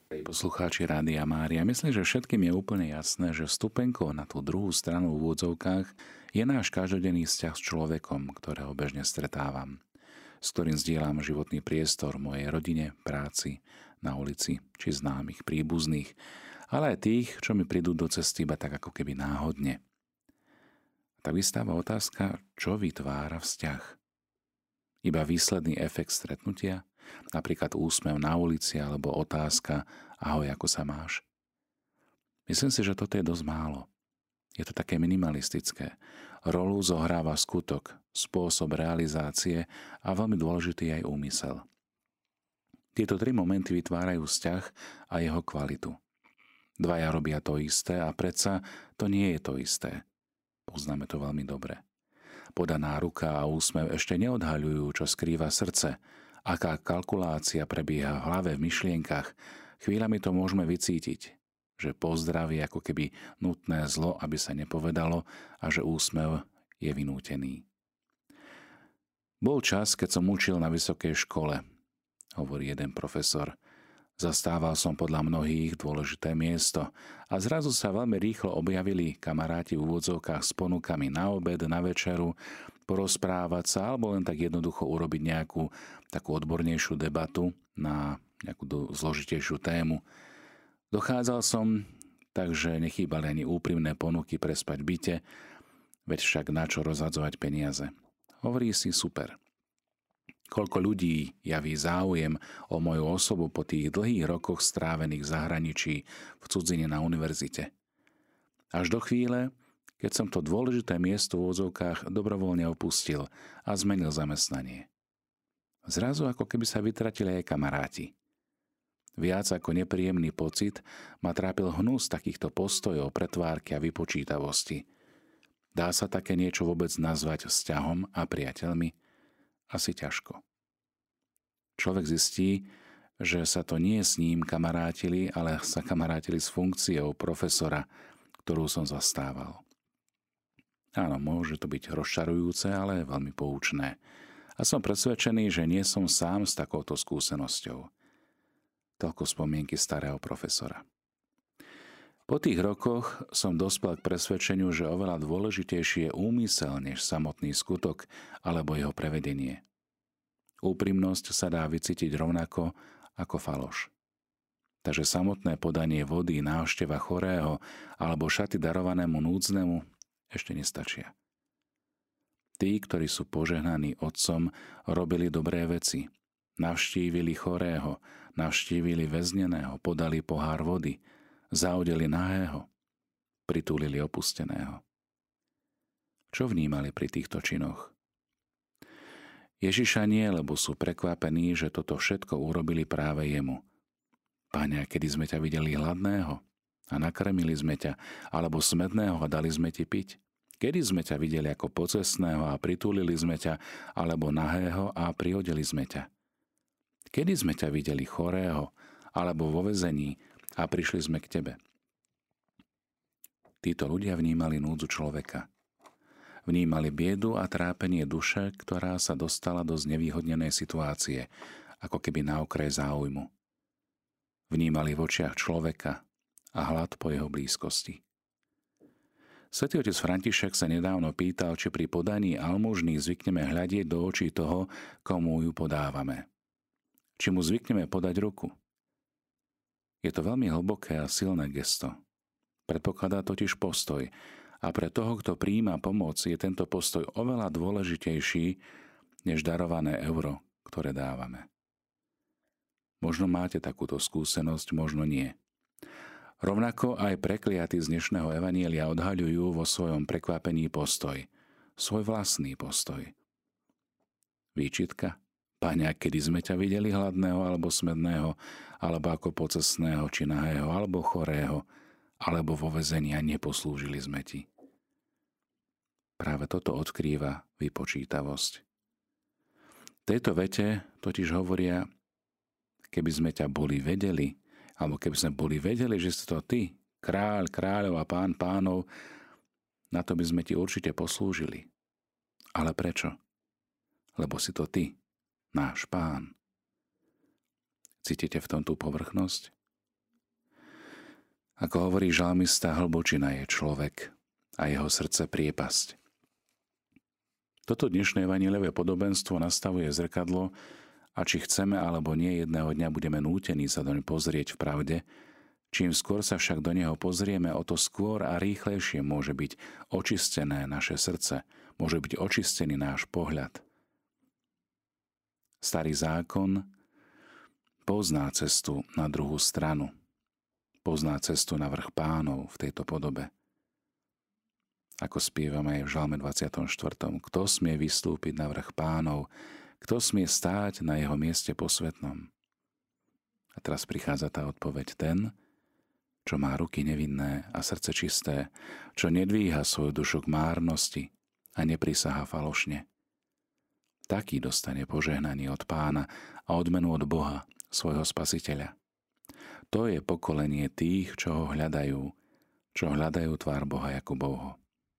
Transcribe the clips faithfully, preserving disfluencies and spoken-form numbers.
Poslucháči Rádia Mária, myslím, že všetkým je úplne jasné, že vstupenkou na tú druhú stranu v úvodzovkách je náš každodenný vzťah s človekom, ktorého bežne stretávam, s ktorým zdieľam životný priestor v mojej rodine, práci, na ulici či známych, príbuzných, ale aj tých, čo mi prídu do cesty iba tak ako keby náhodne. Tak vystáva otázka, čo vytvára vzťah. Iba výsledný efekt stretnutia? Napríklad úsmev na ulici alebo otázka ahoj, ako sa máš? Myslím si, že toto je dosť málo. Je to také minimalistické. Rolu zohráva skutok, spôsob realizácie a veľmi dôležitý aj úmysel. Tieto tri momenty vytvárajú vzťah a jeho kvalitu. Dvaja robia to isté a predsa to nie je to isté. Poznáme to veľmi dobre. Podaná ruka a úsmev ešte neodhaľujú, čo skrýva srdce, aká kalkulácia prebieha v hlave, v myšlienkach. Chvíľami to môžeme vycítiť, že pozdrav je ako keby nutné zlo, aby sa nepovedalo, a že úsmev je vynútený. Bol čas, keď som učil na vysokej škole, hovorí jeden profesor. Zastával som podľa mnohých dôležité miesto a zrazu sa veľmi rýchlo objavili kamaráti v úvodzovkách s ponukami na obed, na večeru, porozprávať sa alebo len tak jednoducho urobiť nejakú takú odbornejšiu debatu na nejakú zložitejšiu tému. Dochádzal som, takže nechýbali ani úprimné ponuky prespať v byte, veď však na čo rozhadzovať peniaze. Hovorí si super. Koľko ľudí javí záujem o moju osobu po tých dlhých rokoch strávených v zahraničí, v cudzine na univerzite. Až do chvíle, keď som to dôležité miesto v úvodzovkách dobrovoľne opustil a zmenil zamestnanie. Zrazu ako keby sa vytratili aj kamaráti. Viac ako nepríjemný pocit ma trápil hnus takýchto postojov, pretvárky a vypočítavosti. Dá sa také niečo vôbec nazvať vzťahom a priateľmi? Asi ťažko. Človek zistí, že sa to nie s ním kamarátili, ale sa kamarátili s funkciou profesora, ktorú som zastával. Áno, môže to byť rozčarujúce, ale veľmi poučné. A som presvedčený, že nie som sám s takouto skúsenosťou. Toľko spomienky starého profesora. Po tých rokoch som dospel k presvedčeniu, že oveľa dôležitejší je úmysel než samotný skutok alebo jeho prevedenie. Úprimnosť sa dá vycítiť rovnako ako faloš. Takže samotné podanie vody, návšteva chorého alebo šaty darovanému núdznemu ešte nestačia. Tí, ktorí sú požehnaní Otcom, robili dobré veci. Navštívili chorého, navštívili väzneného, podali pohár vody, zaodeli nahého, pritúlili opusteného. Čo vnímali pri týchto činoch? Ježiša nie, lebo sú prekvapení, že toto všetko urobili práve jemu. Páne, kedy sme ťa videli hladného a nakrmili sme ťa, alebo smedného a dali sme ti piť? Kedy sme ťa videli ako pocestného a pritúlili sme ťa, alebo nahého a prihodili sme ťa? Kedy sme ťa videli chorého, alebo vo väzení a prišli sme k tebe? Títo ľudia vnímali núdzu človeka. Vnímali biedu a trápenie duše, ktorá sa dostala do znevýhodnenej situácie, ako keby na okraj záujmu. Vnímali v očiach človeka a hlad po jeho blízkosti. Svätý otec František sa nedávno pýtal, či pri podaní almužny zvykneme hľadieť do očí toho, komu ju podávame. Či mu zvykneme podať ruku. Je to veľmi hlboké a silné gesto. Predpokladá totiž postoj a pre toho, kto prijíma pomoc, je tento postoj oveľa dôležitejší než darované euro, ktoré dávame. Možno máte takúto skúsenosť, možno nie. Rovnako aj prekliaty z dnešného evanjelia odhaľujú vo svojom prekvapení postoj, svoj vlastný postoj. Výčitka? Páne, kedy sme ťa videli hladného alebo smedného, alebo ako pocestného či nahého, alebo chorého, alebo vo väzení a neposlúžili sme ti. Práve toto odkrýva vypočítavosť. V tejto vete totiž hovoria, keby sme ťa boli vedeli, alebo keby sme boli vedeli, že si to ty, kráľ, kráľov a pán pánov, na to by sme ti určite poslúžili. Ale prečo? Lebo si to ty, náš pán. Cítite v tom tú povrchnosť? Ako hovorí žalmista, hlbočina je človek a jeho srdce priepasť. Toto dnešné evanjeliové podobenstvo nastavuje zrkadlo a či chceme alebo nie, jedného dňa budeme nútení sa doň pozrieť v pravde. Čím skôr sa však do neho pozrieme, o to skôr a rýchlejšie môže byť očistené naše srdce, môže byť očistený náš pohľad. Starý zákon pozná cestu na druhú stranu. Pozná cestu na vrch Pánov v tejto podobe. Ako spievame aj v žalme dvadsiatom štvrtom Kto smie vystúpiť na vrch Pánov? Kto smie stáť na jeho mieste posvätnom? A teraz prichádza tá odpoveď: ten, čo má ruky nevinné a srdce čisté, čo nedvíha svoju dušu k márnosti a neprisahá falošne. Taký dostane požehnanie od Pána a odmenu od Boha, svojho Spasiteľa. To je pokolenie tých, čo ho hľadajú, čo hľadajú tvár Boha Jakubovho.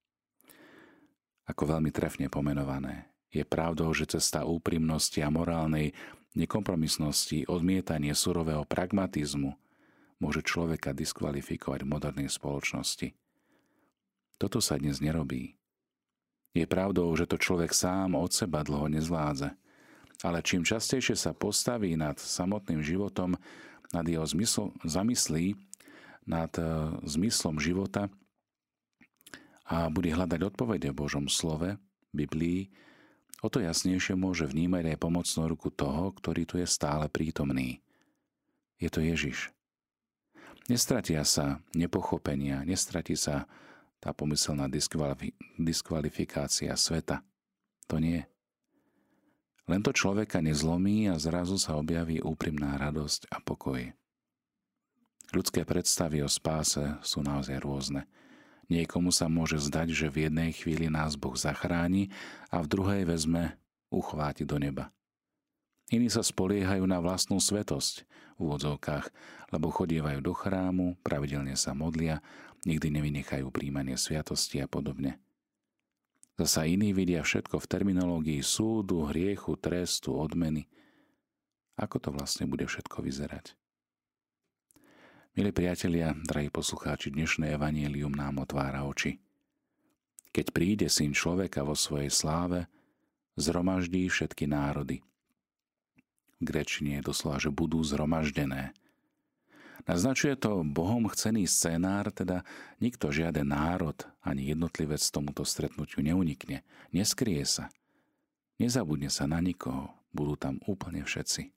Ako veľmi trefne pomenované, je pravdou, že cesta úprimnosti a morálnej nekompromisnosti, odmietanie surového pragmatizmu môže človeka diskvalifikovať v modernej spoločnosti. Toto sa dnes nerobí. Je pravdou, že to človek sám od seba dlho nezvládze, ale čím častejšie sa postaví nad samotným životom, nad jeho zmysl, zamyslí nad uh, zmyslom života a bude hľadať odpovede v Božom slove, Biblii, o to jasnejšie môže vnímať aj pomocnú ruku toho, ktorý tu je stále prítomný. Je to Ježiš. Nestratia sa nepochopenia, nestratí sa tá pomyselná diskvalifikácia sveta. To nie. Len to človeka nezlomí a zrazu sa objaví úprimná radosť a pokoj. Ľudské predstavy o spáse sú naozaj rôzne. Niekomu sa môže zdať, že v jednej chvíli nás Boh zachráni a v druhej vezme uchváti do neba. Iní sa spoliehajú na vlastnú svetosť v úvodzovkách, lebo chodievajú do chrámu, pravidelne sa modlia, nikdy nevynechajú príjmanie sviatosti a podobne. Zasa iní vidia všetko v terminológii súdu, hriechu, trestu, odmeny. Ako to vlastne bude všetko vyzerať? Milí priatelia, drahí poslucháči, dnešné evanjelium nám otvára oči. Keď príde Syn človeka vo svojej sláve, zhromaždí všetky národy. V gréčtine je doslova, že budú zhromaždené. Naznačuje to Bohom chcený scenár, teda nikto, žiaden národ ani jednotlivec tomuto stretnutiu neunikne, neskrie sa. Nezabudne sa na nikoho, budú tam úplne všetci.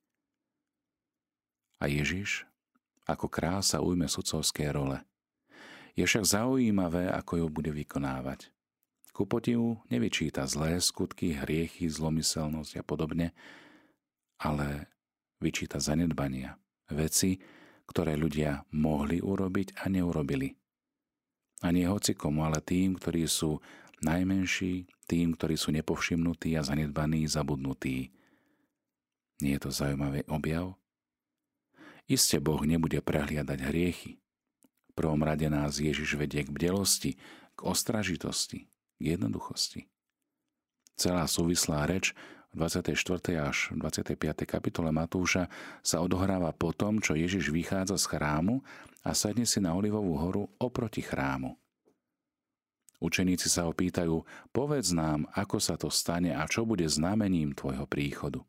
A Ježiš ako krása ujme sudcovské role. Je však zaujímavé, ako ju bude vykonávať. Ku podivu nevyčíta zlé skutky, hriechy, zlomyselnosť a podobne, ale vyčíta zanedbania, veci, ktoré ľudia mohli urobiť a neurobili. A nie hocikomu, ale tým, ktorí sú najmenší, tým, ktorí sú nepovšimnutí a zanedbaní, zabudnutí. Nie je to zaujímavý objav? Iste Boh nebude prehliadať hriechy. V prvom rade nás Ježiš vedie k bdelosti, k ostražitosti, k jednoduchosti. Celá súvislá reč v dvadsiatej štvrtej až dvadsiatej piatej kapitole Matúša sa odohráva po tom, čo Ježiš vychádza z chrámu a sadne si na Olivovú horu oproti chrámu. Učeníci sa ho pýtajú: povedz nám, ako sa to stane a čo bude znamením tvojho príchodu.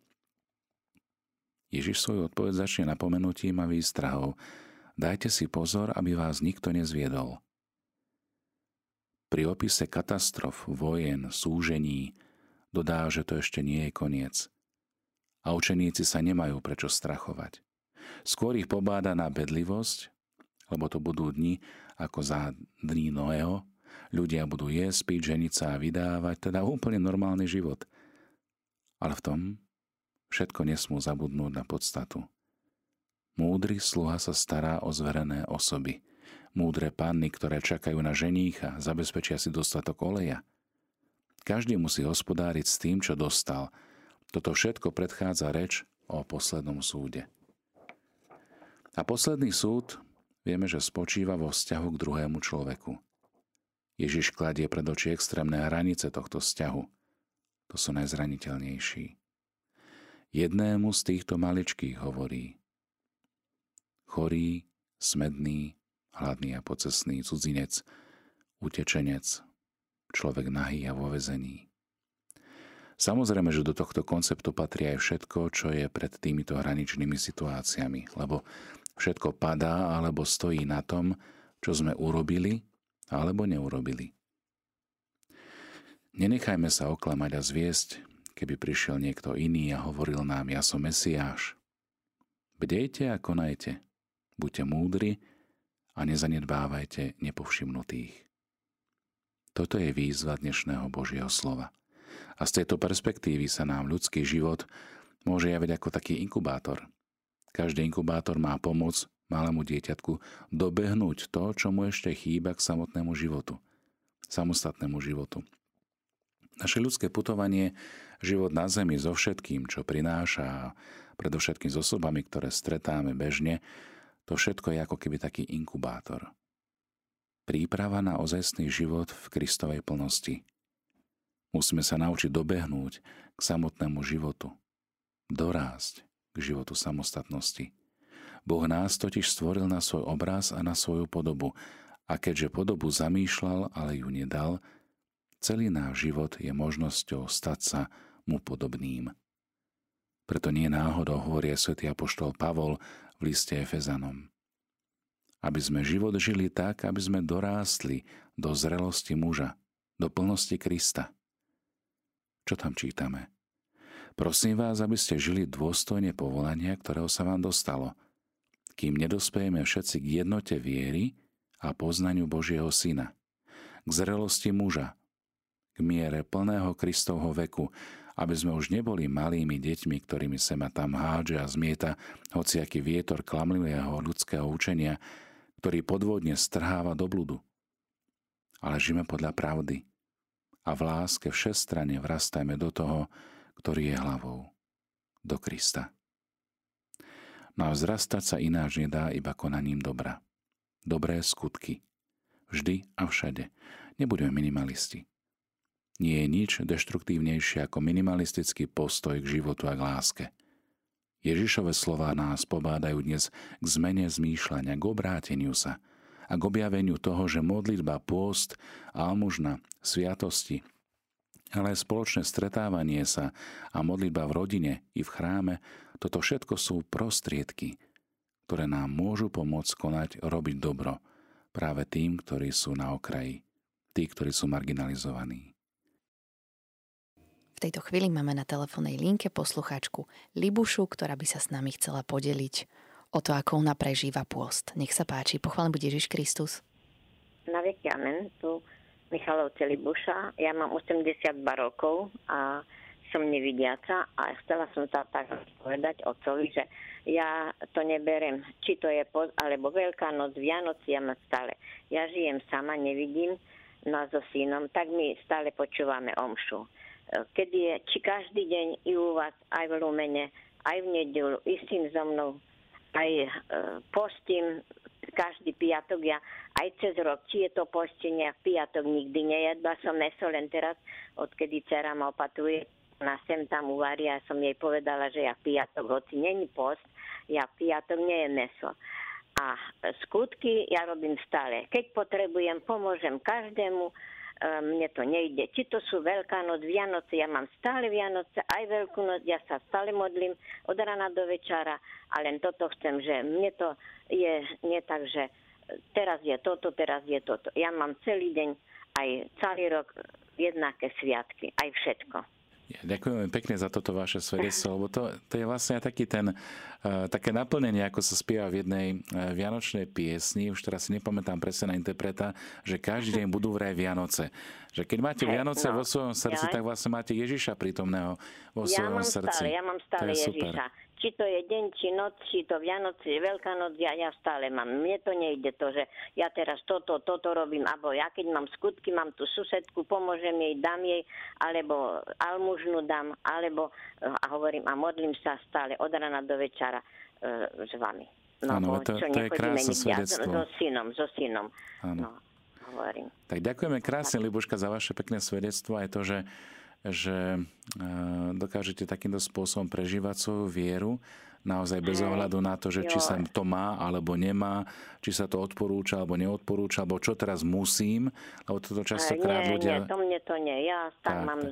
Ježiš svoju odpoveď začne napomenutím a výstrahou: dajte si pozor, aby vás nikto nezviedol. Pri opise katastrof, vojen, súžení dodá, že to ešte nie je koniec. A učeníci sa nemajú prečo strachovať. Skôr ich pobáda na bedlivosť, lebo to budú dni ako za dní Noého. Ľudia budú jesť, piť, ženiť sa a vydávať, teda úplne normálny život. Ale v tom všetko nesmú zabudnúť na podstatu. Múdry sluha sa stará o zverené osoby. Múdre panny, ktoré čakajú na ženícha, zabezpečia si dostatok oleja. Každý musí hospodáriť s tým, čo dostal. Toto všetko predchádza reč o poslednom súde. A posledný súd, vieme, že spočíva vo vzťahu k druhému človeku. Ježiš kladie pred oči extrémne hranice tohto vzťahu. To sú najzraniteľnejší. Jednému z týchto maličkých hovorí: chorý, smedný, hladný a pocestný, cudzinec, utečenec, človek nahý a vo väzení. Samozrejme, že do tohto konceptu patrí aj všetko, čo je pred týmito hraničnými situáciami, lebo všetko padá alebo stojí na tom, čo sme urobili alebo neurobili. Nenechajme sa oklamať a zviesť, keby prišiel niekto iný a hovoril nám, ja som Mesiáš. Bdejte a konajte, buďte múdri a nezanedbávajte nepovšimnutých. Toto je výzva dnešného Božieho slova. A z tejto perspektívy sa nám ľudský život môže javiť ako taký inkubátor. Každý inkubátor má pomôcť malému dieťatku dobehnúť to, čo mu ešte chýba k samotnému životu, samostatnému životu. Naše ľudské putovanie, život na zemi so všetkým, čo prináša, predovšetkým s osobami, ktoré stretáme bežne, to všetko je ako keby taký inkubátor. Príprava na ozajstný život v Kristovej plnosti. Musíme sa naučiť dobehnúť k samotnému životu, dorásť k životu samostatnosti. Boh nás totiž stvoril na svoj obraz a na svoju podobu, a keďže podobu zamýšľal, ale ju nedal, celý náš život je možnosťou stať sa mu podobným. Preto nie náhodou hovorí svätý apoštol Pavol v liste Efezanom. Aby sme život žili tak, aby sme dorástli do zrelosti muža, do plnosti Krista. Čo tam čítame? Prosím vás, aby ste žili dôstojne povolania, ktorého sa vám dostalo, kým nedospejeme všetci k jednote viery a poznaniu Božieho Syna, k zrelosti muža, k miere plného Kristovho veku, aby sme už neboli malými deťmi, ktorými sem a tam hádže a zmieta hociaký vietor klamlivého ľudského učenia, ktorý podvodne strháva do bludu. Ale žijeme podľa pravdy a v láske všestranne vrastajme do toho, ktorý je hlavou, do Krista. No a vzrastať sa ináč nedá iba konaním dobra. Dobré skutky. Vždy a všade. Nebudeme minimalisti. Nie je nič deštruktívnejšie ako minimalistický postoj k životu a k láske. Ježišove slová nás pobádajú dnes k zmene zmýšľania, k obráteniu sa a k objaveniu toho, že modlitba, pôst, almužna, sviatosti, ale aj spoločné stretávanie sa a modlitba v rodine i v chráme, toto všetko sú prostriedky, ktoré nám môžu pomôcť konať, robiť dobro práve tým, ktorí sú na okraji, tí, ktorí sú marginalizovaní. V tejto chvíli máme na telefónnej linke poslucháčku Libušu, ktorá by sa s nami chcela podeliť o to, ako ona prežíva pôst. Nech sa páči, pochválený buď Ježiš Kristus. Na veky amen, tu Michalovce Libuša. Ja mám osemdesiatdva rokov a som nevidiaca a chcela som sa tak povedať otcovi, že ja to neberem, či to je post, alebo Veľká noc, Vianoci, ja mám stále. Ja žijem sama, nevidím, no a so synom, tak my stále počúvame omšu. Kedy je, či každý deň i u vás, aj v Lumene, aj v nedeľu, i s tým so mnou, aj e, postím každý piatok, ja aj cez rok, či je to postenie, v piatok nikdy nejedla som meso, len teraz, odkedy dcera ma opatruje, na sem tam uvarí, ja som jej povedala, že ja v piatok, hoci není post, ja v piatok nejem meso. A skutky ja robím stále. Keď potrebujem, pomôžem každému, mne to nejde. Či to sú Veľká noc, Vianoce, ja mám stále Vianoce, aj Veľkú noc, ja sa stále modlím od rána do večera a len toto chcem, že mne to je nie tak, že teraz je toto, teraz je toto. Ja mám celý deň, aj celý rok jednaké sviatky, aj všetko. Ďakujem pekne za toto vaše svedectvo, lebo to, to je vlastne taký ten, uh, také naplnenie, ako sa spieva v jednej uh, vianočnej piesni, už teraz si nepamätám presne na interpreta, že každý deň budú vraj Vianoce. Že keď máte Vianoce no, vo svojom srdci, ja? tak vlastne máte Ježiša prítomného vo ja svojom mám srdci. Stále, ja mám stále Ježiša. Či to je deň, či noc, či to Vianoce, Veľká noc, ja, ja stále mám. Mne to nejde to, že ja teraz toto, toto robím, alebo ja keď mám skutky, mám tú susedku, pomôžem jej, dám jej, alebo almužnu dám, alebo a hovorím a modlím sa stále od rána do večera e, s vami. No, ano, bo, to, čo to je krásne svedectvo. So synom, so synom. No, hovorím. Tak ďakujeme krásne, Libuška, za vaše pekné svedectvo, aj to, že že dokážete takýmto spôsobom prežívať svoju vieru, naozaj bez ohľadu na to, že či sa to má alebo nemá, či sa to odporúča alebo neodporúča, alebo čo teraz musím, lebo toto častokrát nie, ľudia... Nie, to mne to nie. Ja tak, tak mám... Tak.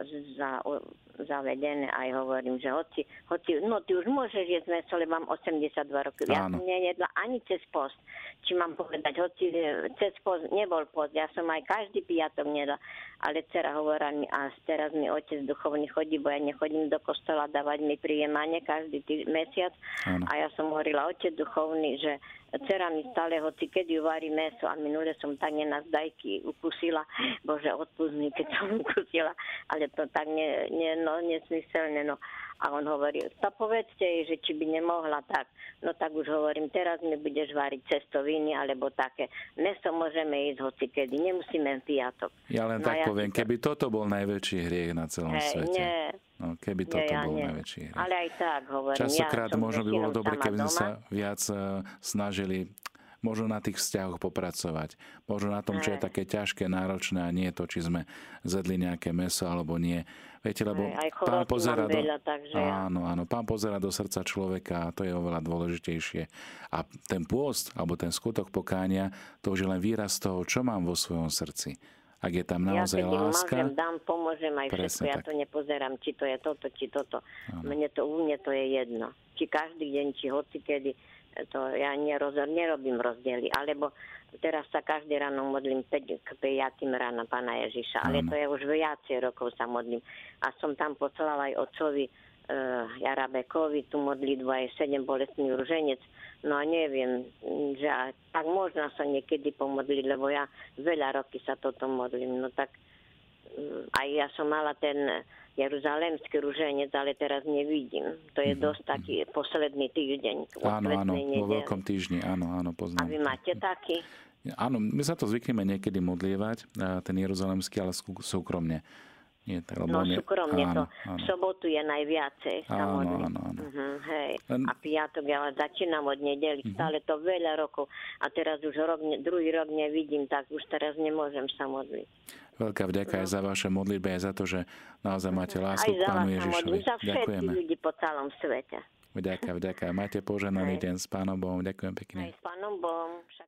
Za, zavedené aj hovorím, že hoci, hoci, no ty už môžeš jesť meso, lebo mám osemdesiatdva roky. Ja som nejedla ani cez post. Či mám povedať, hoci cez post nebol post. Ja som aj každý piatok nedala. Ale dcera hovorila mi, a teraz mi otec duchovný chodí, bo ja nechodím do kostola dávať mi príjemanie každý tý, mesiac. Áno. A ja som hovorila, otec duchovný, že dcera mi stále, hoci keď ju varí meso, a minule som tak nenazdajky ukusila, bože, odpust mi, keď som ukusila, ale to tak nie, nie, no, nesmyselné, no. A on hovorí, to povedzte jej, že či by nemohla tak. No tak už hovorím, teraz mi budeš variť cestoviny, alebo také. Meso môžeme jesť hoci kedy, nemusíme piatok. Ja len no tak ja poviem, to... keby toto bol najväčší hriech na celom hey, svete. Nie. No, keby toto nie, ja bol nie. najväčší hriech. Ale aj tak hovorím. Častokrát ja možno by bolo dobre, keby sme sa viac uh, snažili možno na tých vzťahoch popracovať. Možno na tom, čo je také ťažké, náročné a nie to, či sme zjedli nejaké mäso alebo nie. Viete, lebo pán pozerá do... Veľa, takže áno, áno, pán pozerá do srdca človeka a to je oveľa dôležitejšie. A ten pôst, alebo ten skutok pokánia, to už je len výraz toho, čo mám vo svojom srdci. Ak je tam naozaj ja, láska... Ja keď dám, pomôžem aj všetko. Ja to nepozerám, či to je toto, či toto. Áno. Mne to, u mne to je jedno. Či každý deň, či hoci kedy. To ja nerozor, nerobím rozdiely. Alebo teraz sa každý ráno modlím päť k piatym rána Pána Ježiša. Ale to je už viacej rokov sa modlím. A som tam poslala aj otcovi uh, Jarabekovi tú modlitbu aj sedem bolestný ruženec. No a neviem, že tak možno sa niekedy pomodliť, lebo ja veľa roky sa toto modlím. No tak um, aj ja som mala ten Jeruzalemský ruženec, ale teraz nevidím. To je dosť taký posledný týždeň. Áno, áno, vo Veľkom týždni, áno, áno, poznám. A vy máte taký? Áno, my sa to zvykneme niekedy modlievať, ten Jeruzalemský, ale súkromne. Nie, tak, no nie, súkromne áno, to. Áno. V sobotu je najviacej. Áno, áno, áno. Uh-huh, hej. A piatok ja začínam od nedeli, uh-huh. stále to veľa rokov. A teraz už rok, druhý rok nevidím, tak už teraz nemôžem sa modliť. Veľká vďaka no. aj za vaše modlitby, aj za to, že naozaj máte lásku k Pánu Ježišovi. Za všetkých ľudí po celom svete. Vďaka, vďaka. Máte požehnaný deň s Pánom Bohom. Ďakujem pekne. Aj s Pánom Bohom. Však...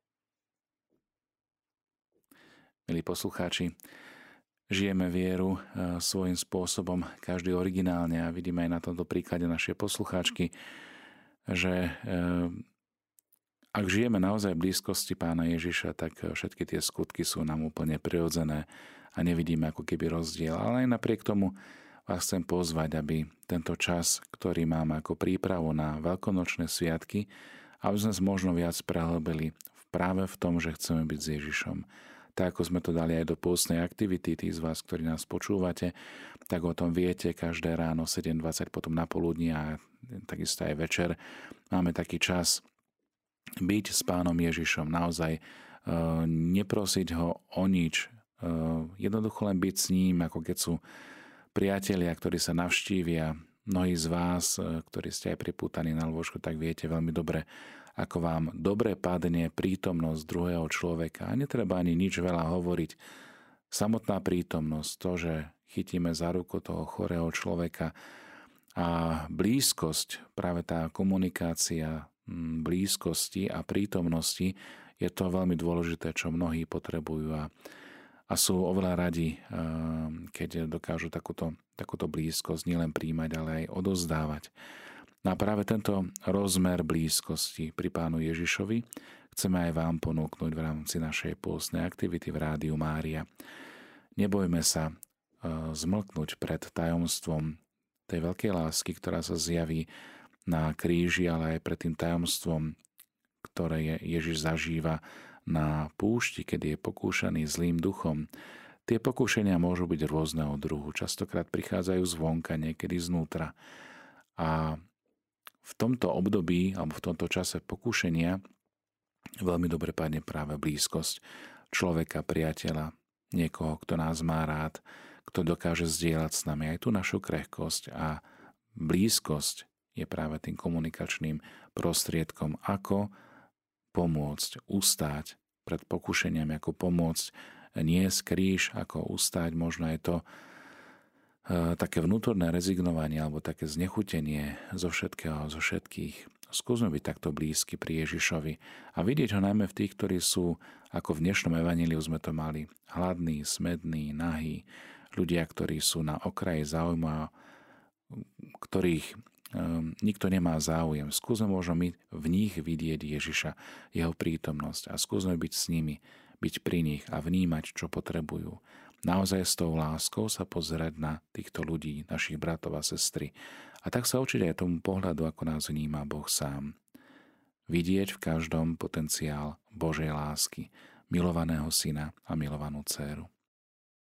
Milí poslucháči, žijeme vieru e, svojím spôsobom, každý originálne a vidíme aj na tomto príklade našej poslucháčky, že e, ak žijeme naozaj v blízkosti Pána Ježiša, tak všetky tie skutky sú nám úplne prirodzené a nevidíme ako keby rozdiel. Ale aj napriek tomu vás chcem pozvať, aby tento čas, ktorý máme ako prípravu na veľkonočné sviatky, aby sme možno viac prehlbili práve v tom, že chceme byť s Ježišom. Tak ako sme to dali aj do pôstnej aktivity, tí z vás, ktorí nás počúvate, tak o tom viete, každé ráno sedem dvadsať, potom na poludní a takisto aj večer máme taký čas byť s Pánom Ježišom, naozaj e, neprosiť ho o nič, e, jednoducho len byť s ním, ako keď sú priatelia, ktorí sa navštívia. Mnohí z vás, e, ktorí ste aj pripútaní na lôžku, tak viete veľmi dobre, ako vám dobre padne prítomnosť druhého človeka. A netreba ani nič veľa hovoriť. Samotná prítomnosť, to, že chytíme za ruku toho chorého človeka a blízkosť, práve tá komunikácia blízkosti a prítomnosti, je to veľmi dôležité, čo mnohí potrebujú a, a sú oveľa radi, keď dokážu takúto, takúto blízkosť nielen príjmať, ale aj odozdávať. No a práve tento rozmer blízkosti pri Pánu Ježišovi chceme aj vám ponúknuť v rámci našej pôstnej aktivity v Rádiu Mária. Nebojme sa zmlknúť pred tajomstvom tej veľkej lásky, ktorá sa zjaví na kríži, ale aj pred tým tajomstvom, ktoré Ježiš zažíva na púšti, kedy je pokúšaný zlým duchom. Tie pokúšania môžu byť rôzneho druhu. Častokrát prichádzajú zvonka, niekedy znútra. A v tomto období, alebo v tomto čase pokúšenia veľmi dobre padne práve blízkosť človeka, priateľa, niekoho, kto nás má rád, kto dokáže zdieľať s nami aj tú našu krehkosť a blízkosť je práve tým komunikačným prostriedkom, ako pomôcť ustáť pred pokušeniami, ako pomôcť niesť kríž, ako ustáť možno aj to také vnútorné rezignovanie alebo také znechutenie zo všetkého, zo všetkých. Skúsme byť takto blízky pri Ježišovi a vidieť ho najmä v tých, ktorí sú, ako v dnešnom evaníliu sme to mali, hladní, smední, nahí, ľudia, ktorí sú na okraji záujmu a ktorých um, nikto nemá záujem. Skúsme možno my v nich vidieť Ježiša, jeho prítomnosť a skúsme byť s nimi, byť pri nich a vnímať, čo potrebujú. Naozaj s tou láskou sa pozerať na týchto ľudí, našich bratov a sestry. A tak sa učiť aj tomu pohľadu, ako nás vníma Boh sám. Vidieť v každom potenciál Božej lásky, milovaného syna a milovanú dcéru.